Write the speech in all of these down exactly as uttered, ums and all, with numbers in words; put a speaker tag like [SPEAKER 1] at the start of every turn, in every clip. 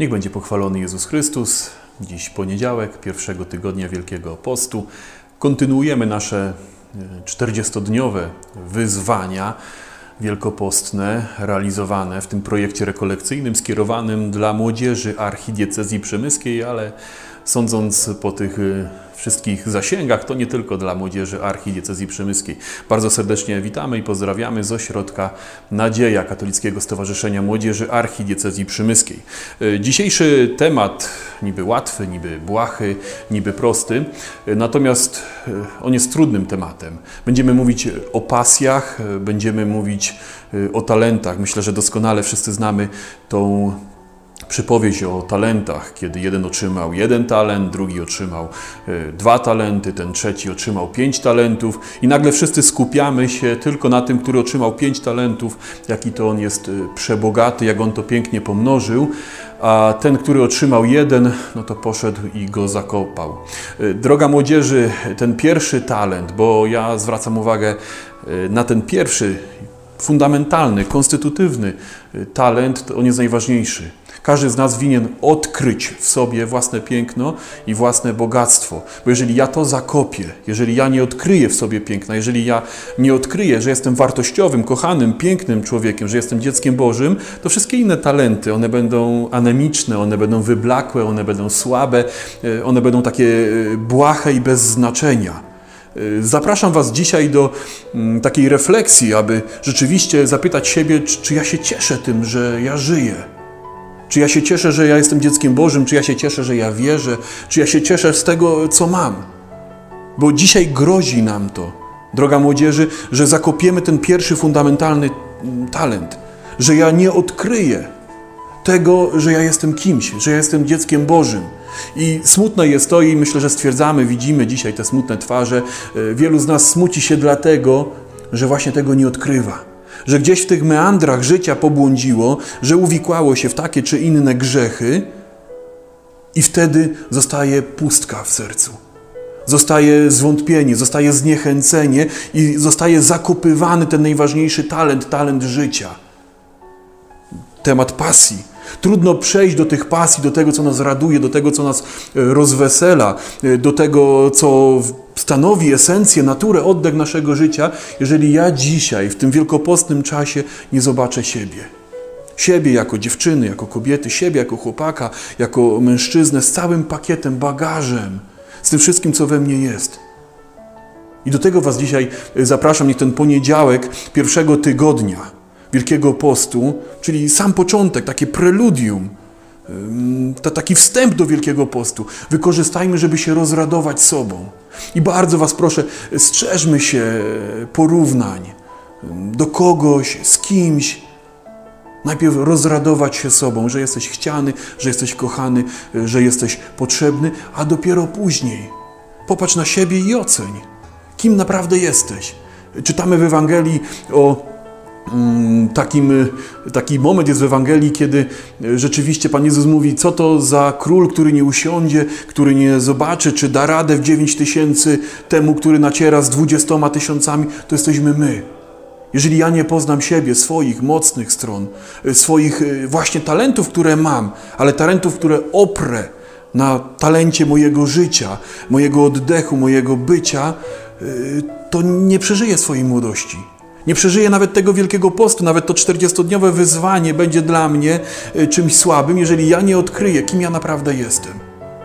[SPEAKER 1] Niech będzie pochwalony Jezus Chrystus. Dziś poniedziałek, pierwszego tygodnia Wielkiego Postu. Kontynuujemy nasze czterdziestodniowe wyzwania wielkopostne realizowane w tym projekcie rekolekcyjnym skierowanym dla młodzieży archidiecezji przemyskiej, ale sądząc po tych wszystkich zasięgach, to nie tylko dla młodzieży archidiecezji przemyskiej. Bardzo serdecznie witamy i pozdrawiamy z ośrodka Nadzieja Katolickiego Stowarzyszenia Młodzieży Archidiecezji Przemyskiej. Dzisiejszy temat niby łatwy, niby błahy, niby prosty, natomiast on jest trudnym tematem. Będziemy mówić o pasjach, będziemy mówić o talentach. Myślę, że doskonale wszyscy znamy tą przypowieść o talentach, kiedy jeden otrzymał jeden talent, drugi otrzymał y, dwa talenty, ten trzeci otrzymał pięć talentów i nagle wszyscy skupiamy się tylko na tym, który otrzymał pięć talentów, jaki to on jest y, przebogaty, jak on to pięknie pomnożył, a ten, który otrzymał jeden, no to poszedł i go zakopał. Y, droga młodzieży, ten pierwszy talent, bo ja zwracam uwagę y, na ten pierwszy, fundamentalny, konstytutywny y, talent, to on jest najważniejszy. Każdy z nas winien odkryć w sobie własne piękno i własne bogactwo. Bo jeżeli ja to zakopię, jeżeli ja nie odkryję w sobie piękna, jeżeli ja nie odkryję, że jestem wartościowym, kochanym, pięknym człowiekiem, że jestem dzieckiem Bożym, to wszystkie inne talenty, one będą anemiczne, one będą wyblakłe, one będą słabe, one będą takie błahe i bez znaczenia. Zapraszam Was dzisiaj do takiej refleksji, aby rzeczywiście zapytać siebie, czy ja się cieszę tym, że ja żyję. Czy ja się cieszę, że ja jestem dzieckiem Bożym? Czy ja się cieszę, że ja wierzę? Czy ja się cieszę z tego, co mam? Bo dzisiaj grozi nam to, droga młodzieży, że zakopiemy ten pierwszy fundamentalny talent. Że ja nie odkryję tego, że ja jestem kimś, że ja jestem dzieckiem Bożym. I smutne jest to i myślę, że stwierdzamy, widzimy dzisiaj te smutne twarze. Wielu z nas smuci się dlatego, że właśnie tego nie odkrywa. Że gdzieś w tych meandrach życia pobłądziło, że uwikłało się w takie czy inne grzechy i wtedy zostaje pustka w sercu. Zostaje zwątpienie, zostaje zniechęcenie i zostaje zakopywany ten najważniejszy talent, talent życia. Temat pasji. Trudno przejść do tych pasji, do tego, co nas raduje, do tego, co nas rozwesela, do tego, co stanowi esencję, naturę, oddech naszego życia, jeżeli ja dzisiaj, w tym wielkopostnym czasie, nie zobaczę siebie. Siebie jako dziewczyny, jako kobiety, siebie jako chłopaka, jako mężczyznę, z całym pakietem, bagażem, z tym wszystkim, co we mnie jest. I do tego Was dzisiaj zapraszam, niech ten poniedziałek pierwszego tygodnia Wielkiego Postu, czyli sam początek, takie preludium, to taki wstęp do Wielkiego Postu, wykorzystajmy, żeby się rozradować sobą. I bardzo Was proszę, strzeżmy się porównań do kogoś, z kimś. Najpierw rozradować się sobą, że jesteś chciany, że jesteś kochany, że jesteś potrzebny, a dopiero później popatrz na siebie i oceń, kim naprawdę jesteś. Czytamy w Ewangelii o Takim, taki moment jest w Ewangelii, kiedy rzeczywiście Pan Jezus mówi, co to za król, który nie usiądzie, który nie zobaczy, czy da radę w dziewięć tysięcy temu, który naciera z dwudziestoma tysiącami, to jesteśmy my. Jeżeli ja nie poznam siebie, swoich mocnych stron, swoich właśnie talentów, które mam, ale talentów, które oprę na talencie mojego życia, mojego oddechu, mojego bycia, to nie przeżyję swojej młodości. Nie przeżyję nawet tego Wielkiego Postu, nawet to czterdziestodniowe wyzwanie będzie dla mnie czymś słabym, jeżeli ja nie odkryję, kim ja naprawdę jestem.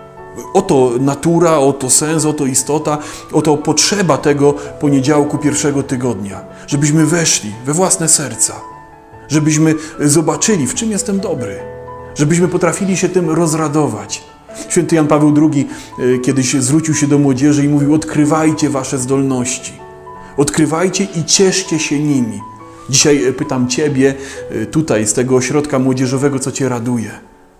[SPEAKER 1] Oto natura, oto sens, oto istota, oto potrzeba tego poniedziałku pierwszego tygodnia. Żebyśmy weszli we własne serca, żebyśmy zobaczyli, w czym jestem dobry, żebyśmy potrafili się tym rozradować. Święty Jan Paweł drugi kiedyś zwrócił się do młodzieży i mówił, odkrywajcie wasze zdolności. Odkrywajcie i cieszcie się nimi. Dzisiaj pytam Ciebie tutaj z tego ośrodka młodzieżowego, co Cię raduje.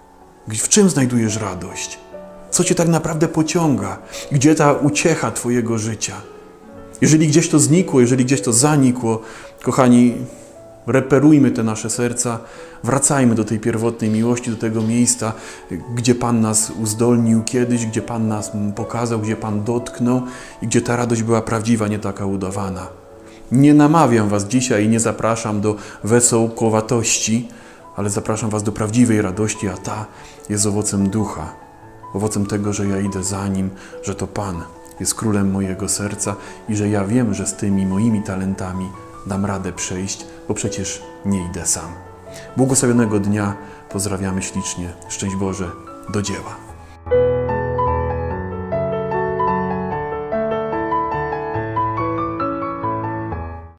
[SPEAKER 1] W czym znajdujesz radość? Co Cię tak naprawdę pociąga? Gdzie ta uciecha Twojego życia? Jeżeli gdzieś to znikło, jeżeli gdzieś to zanikło, kochani, reperujmy te nasze serca, wracajmy do tej pierwotnej miłości, do tego miejsca, gdzie Pan nas uzdolnił kiedyś, gdzie Pan nas pokazał, gdzie Pan dotknął i gdzie ta radość była prawdziwa, nie taka udawana. Nie namawiam Was dzisiaj i nie zapraszam do wesołkowatości, ale zapraszam Was do prawdziwej radości, a ta jest owocem ducha. Owocem tego, że ja idę za Nim, że to Pan jest królem mojego serca i że ja wiem, że z tymi moimi talentami dam radę przejść, bo przecież nie idę sam. Błogosławionego dnia, pozdrawiamy ślicznie. Szczęść Boże, do dzieła.